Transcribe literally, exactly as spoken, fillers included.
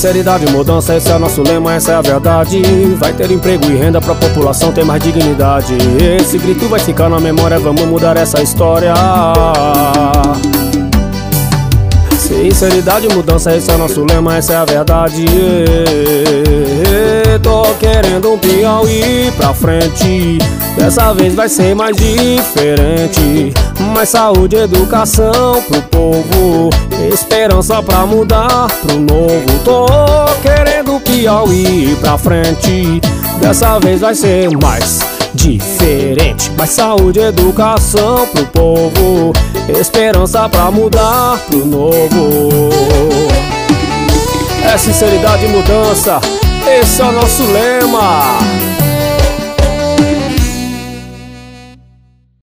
sinceridade, mudança, esse é o nosso lema, essa é a verdade. Vai ter emprego e renda pra população ter mais dignidade. Esse grito vai ficar na memória, vamos mudar essa história. Sinceridade, mudança, esse é o nosso lema, essa é a verdade. Tô querendo um Piauí pra frente, dessa vez vai ser mais diferente. Mais saúde, educação pro povo, esperança pra mudar pro novo. Tô querendo um Piauí pra frente, dessa vez vai ser mais diferente. Mais saúde, educação pro povo, esperança pra mudar pro novo. É sinceridade e mudança, esse é o nosso lema.